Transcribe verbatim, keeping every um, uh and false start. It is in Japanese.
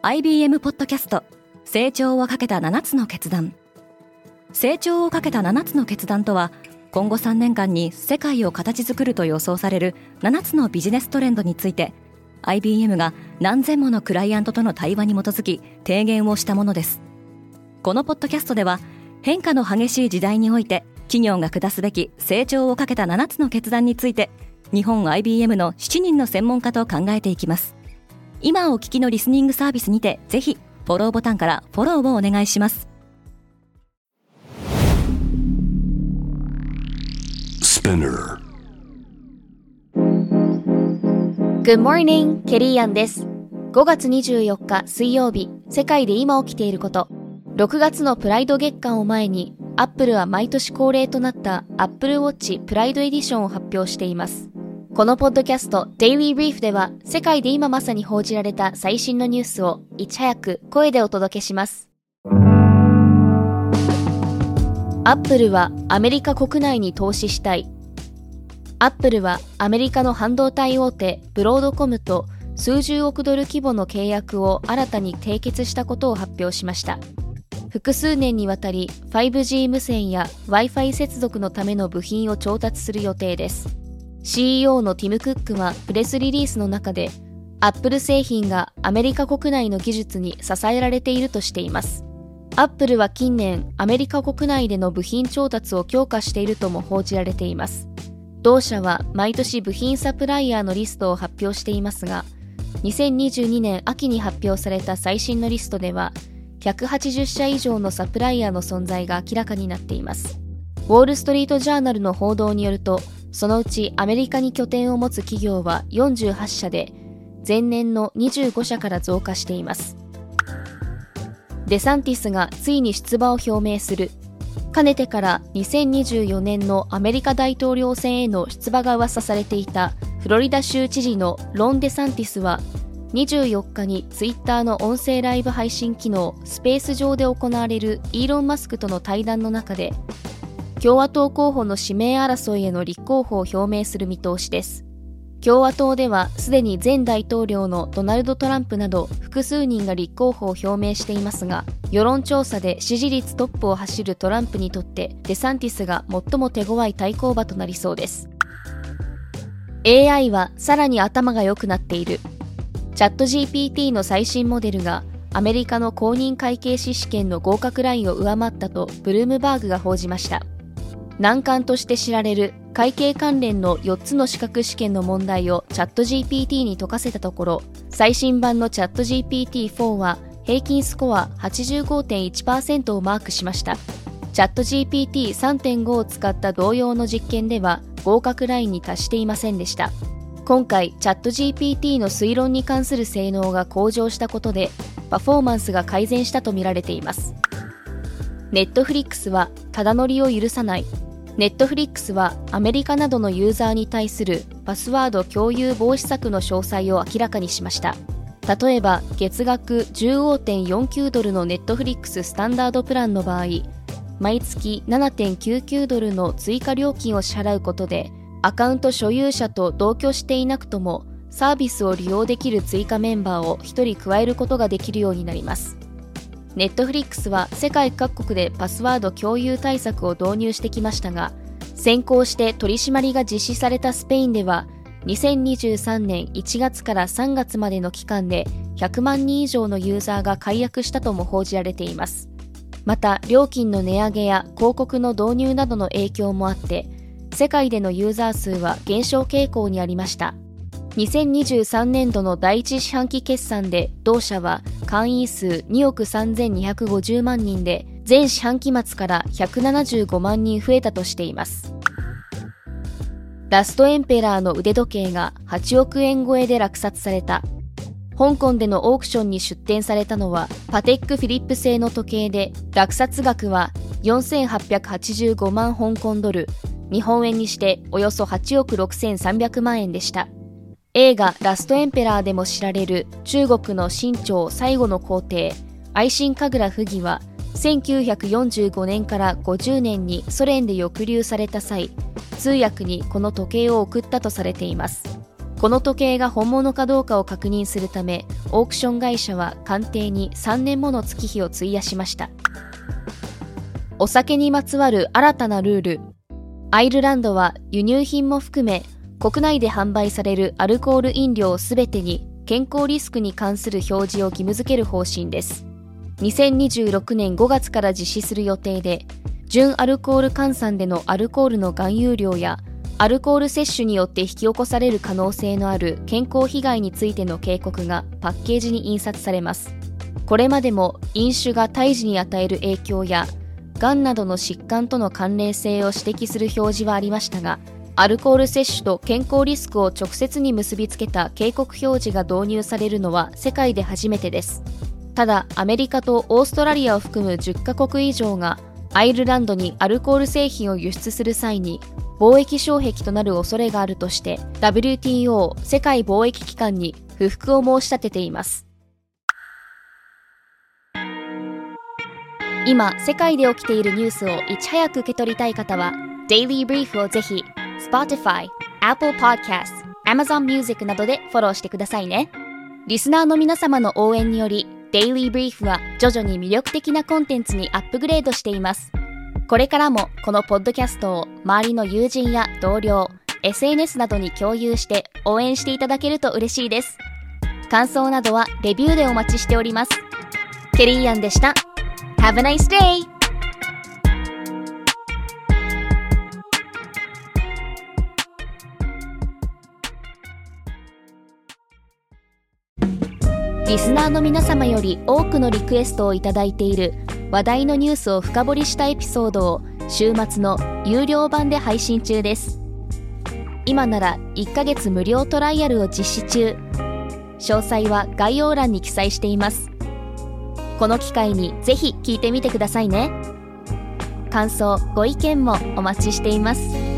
アイビーエム ポッドキャスト成長をかけたななつの決断。成長をかけたななつの決断とは、今後さんねんかんに世界を形作ると予想されるななつのビジネストレンドについて アイビーエム が何千ものクライアントとの対話に基づき提言をしたものです。このポッドキャストでは、変化の激しい時代において企業が下すべき成長をかけたななつの決断について、日本 アイビーエム のしちにんの専門家と考えていきます。今お聞きのリスニングサービスにて、ぜひフォローボタンからフォローをお願いします。 Spinner Good morning, ケリーアンです。ごがつにじゅうよっか水曜日、世界で今起きていること。ろくがつのプライド月間を前に、アップルは毎年恒例となったアップルウォッチプライドエディションを発表しています。このポッドキャスト Daily Brief では、世界で今まさに報じられた最新のニュースをいち早く声でお届けします。アップルはアメリカ国内に投資したい。アップルはアメリカの半導体大手ブロードコムと数十億ドル規模の契約を新たに締結したことを発表しました。複数年にわたり ファイブジー 無線や Wi-Fi 接続のための部品を調達する予定です。シーイーオー のティム・クックはプレスリリースの中で、アップル製品がアメリカ国内の技術に支えられているとしています。アップルは近年、アメリカ国内での部品調達を強化しているとも報じられています。同社は毎年部品サプライヤーのリストを発表していますが、にせんにじゅうにねん秋に発表された最新のリストでは、ひゃくはちじゅっしゃ以上のサプライヤーの存在が明らかになっています。ウォールストリートジャーナルの報道によると、そのうちアメリカに拠点を持つ企業はよんじゅうはっしゃで、前年のにじゅうごしゃから増加しています。デサンティスがついに出馬を表明する。かねてからにせんにじゅうよねんのアメリカ大統領選への出馬が噂されていたフロリダ州知事のロン・デサンティスは、にじゅうよっかにツイッターの音声ライブ配信機能スペース上で行われるイーロン・マスクとの対談の中で、共和党候補の指名争いへの立候補を表明する見通しです。共和党ではすでに前大統領のドナルド・トランプなど複数人が立候補を表明していますが、世論調査で支持率トップを走るトランプにとってデサンティスが最も手強い対抗馬となりそうです。エーアイ はさらに頭が良くなっている。チャット ジーピーティー の最新モデルがアメリカの公認会計士試験の合格ラインを上回ったとブルームバーグが報じました。難関として知られる会計関連のよっつの資格試験の問題をチャット ジーピーティー に解かせたところ、最新版のチャット ジーピーティーフォー は平均スコア はちじゅうごてんいちパーセント をマークしました。チャット ジーピーティーさんてんご を使った同様の実験では合格ラインに達していませんでした。今回チャット ジーピーティー の推論に関する性能が向上したことでパフォーマンスが改善したとみられています。ネットフリックスはただ乗りを許さない。ネットフリックスはアメリカなどのユーザーに対するパスワード共有防止策の詳細を明らかにしました。例えば月額 じゅうごてんよんきゅうドルのネットフリックススタンダードプランの場合、毎月 ななてんきゅうきゅうドルの追加料金を支払うことで、アカウント所有者と同居していなくともサービスを利用できる追加メンバーをひとり加えることができるようになります。ネットフリックスは世界各国でパスワード共有対策を導入してきましたが、先行して取り締まりが実施されたスペインでは、にせんにじゅうさんねんいちがつからさんがつまでの期間でひゃくまんにん以上のユーザーが解約したとも報じられています。また、料金の値上げや広告の導入などの影響もあって、世界でのユーザー数は減少傾向にありました。にせんにじゅうさんねんどの第一四半期決算で同社は会員数におくさんぜんにひゃくごじゅうまんにんで、前四半期末からひゃくななじゅうごまんにん増えたとしています。ラストエンペラーの腕時計がはちおくえん超えで落札された。香港でのオークションに出展されたのはパテックフィリップ製の時計で、落札額はよんせんはっぴゃくはちじゅうごまん香港ドル、日本円にしておよそはちおくろくせんさんびゃくまんえんでした。映画ラストエンペラーでも知られる中国の清朝最後の皇帝愛新覚羅溥儀は、せんきゅうひゃくよんじゅうごねんからごじゅうねんにソ連で抑留された際、通訳にこの時計を送ったとされています。 この時計が本物かどうかを確認するため、オークション会社は鑑定にさんねんもの月日を費やしました。お酒にまつわる新たなルール。アイルランドは輸入品も含め、国内で販売されるアルコール飲料すべてに健康リスクに関する表示を義務付ける方針です。にせんにじゅうろくねんごがつから実施する予定で、純アルコール換算でのアルコールの含有量やアルコール摂取によって引き起こされる可能性のある健康被害についての警告がパッケージに印刷されます。これまでも飲酒が胎児に与える影響やがんなどの疾患との関連性を指摘する表示はありましたが、アルコール摂取と健康リスクを直接に結びつけた警告表示が導入されるのは世界で初めてです。ただ、アメリカとオーストラリアを含むじゅっかこく以上がアイルランドにアルコール製品を輸出する際に貿易障壁となる恐れがあるとして ダブリューティーオー 世界貿易機関に不服を申し立てています。今、世界で起きているニュースをいち早く受け取りたい方は Daily Brief をぜひ Spotify、Apple Podcasts、Amazon Music などでフォローしてくださいね。リスナーの皆様の応援によりDaily Brief は徐々に魅力的なコンテンツにアップグレードしています。これからもこのポッドキャストを周りの友人や同僚、エスエヌエス などに共有して応援していただけると嬉しいです。感想などはレビューでお待ちしております。ケリーアンでした。Have a nice day! リスナーの皆様より多くのリクエストをいただいている話題のニュースを深掘りしたエピソードを週末の有料版で配信中です。今ならいっかげつ無料トライアルを実施中。詳細は概要欄に記載しています。この機会にぜひ聞いてみてくださいね。感想、ご意見もお待ちしています。